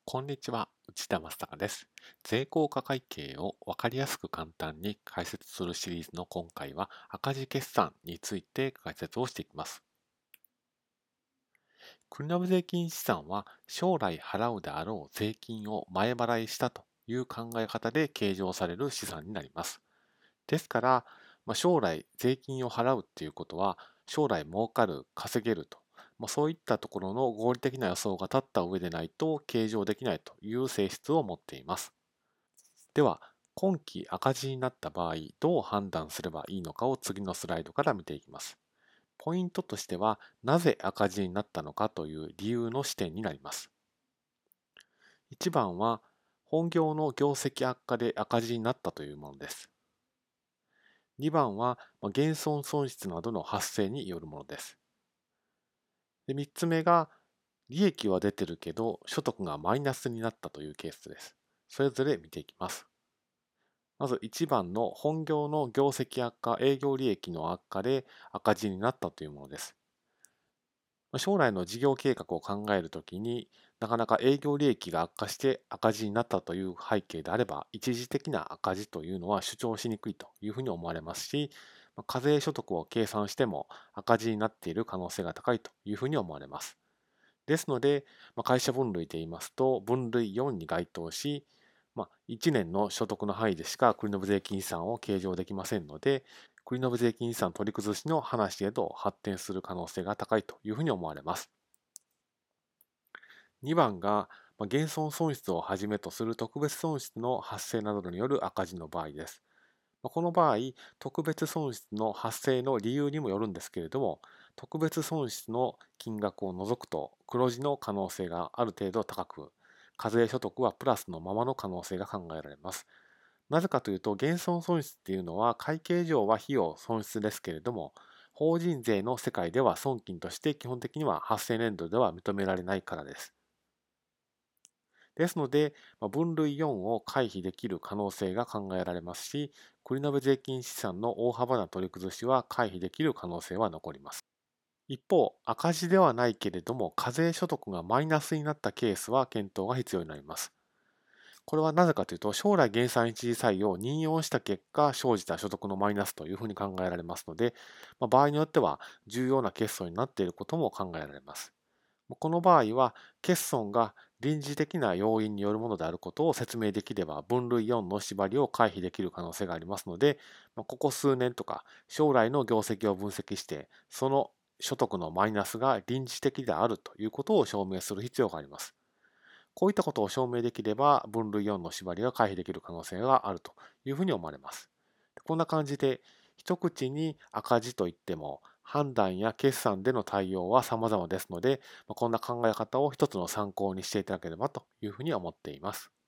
こんにちは、内田正孝です。税効果会計を分かりやすく簡単に解説するシリーズの今回は赤字決算について解説をしていきます。繰延税金資産は将来払うであろう税金を前払いしたという考え方で計上される資産になります。ですから、将来税金を払うっていうことは将来儲かる、稼げると、そういったところの合理的な予想が立った上でないと計上できないという性質を持っています。では、今期赤字になった場合、どう判断すればいいのかを次のスライドから見ていきます。ポイントとしては、なぜ赤字になったのかという理由の視点になります。1番は、本業の業績悪化で赤字になったというものです。2番は、減損損失などの発生によるものです。で、3つ目が、利益は出てるけど、所得がマイナスになったというケースです。それぞれ見ていきます。まず1番の本業の業績悪化、営業利益の悪化で赤字になったというものです。将来の事業計画を考えるときになかなか営業利益が悪化して赤字になったという背景であれば、一時的な赤字というのは主張しにくいというふうに思われますし、課税所得を計算しても赤字になっている可能性が高いというふうに思われます。ですので、会社分類で言いますと、分類4に該当し、1年の所得の範囲でしか繰延税金資産を計上できませんので、繰延税金資産取り崩しの話へと発展する可能性が高いというふうに思われます。2番が、減損損失をはじめとする特別損失の発生などによる赤字の場合です。この場合、特別損失の発生の理由にもよるんですけれども、特別損失の金額を除くと黒字の可能性がある程度高く、課税所得はプラスのままの可能性が考えられます。なぜかというと、減損損失っていうのは会計上は費用損失ですけれども、法人税の世界では損金として基本的には発生年度では認められないからです。ですので、分類4を回避できる可能性が考えられますし、繰延税金資産の大幅な取り崩しは回避できる可能性は残ります。一方、赤字ではないけれども、課税所得がマイナスになったケースは検討が必要になります。これはなぜかというと、将来減産一時採用を任用した結果、生じた所得のマイナスというふうに考えられますので、場合によっては重要な欠損になっていることも考えられます。この場合は、欠損が臨時的な要因によるものであることを説明できれば、分類4の縛りを回避できる可能性がありますので、ここ数年とか将来の業績を分析して、その所得のマイナスが臨時的であるということを証明する必要があります。こういったことを証明できれば、分類4の縛りが回避できる可能性があるというふうに思われます。こんな感じで、一口に赤字といっても、判断や決算での対応は様々ですので、こんな考え方を一つの参考にしていただければというふうに思っています。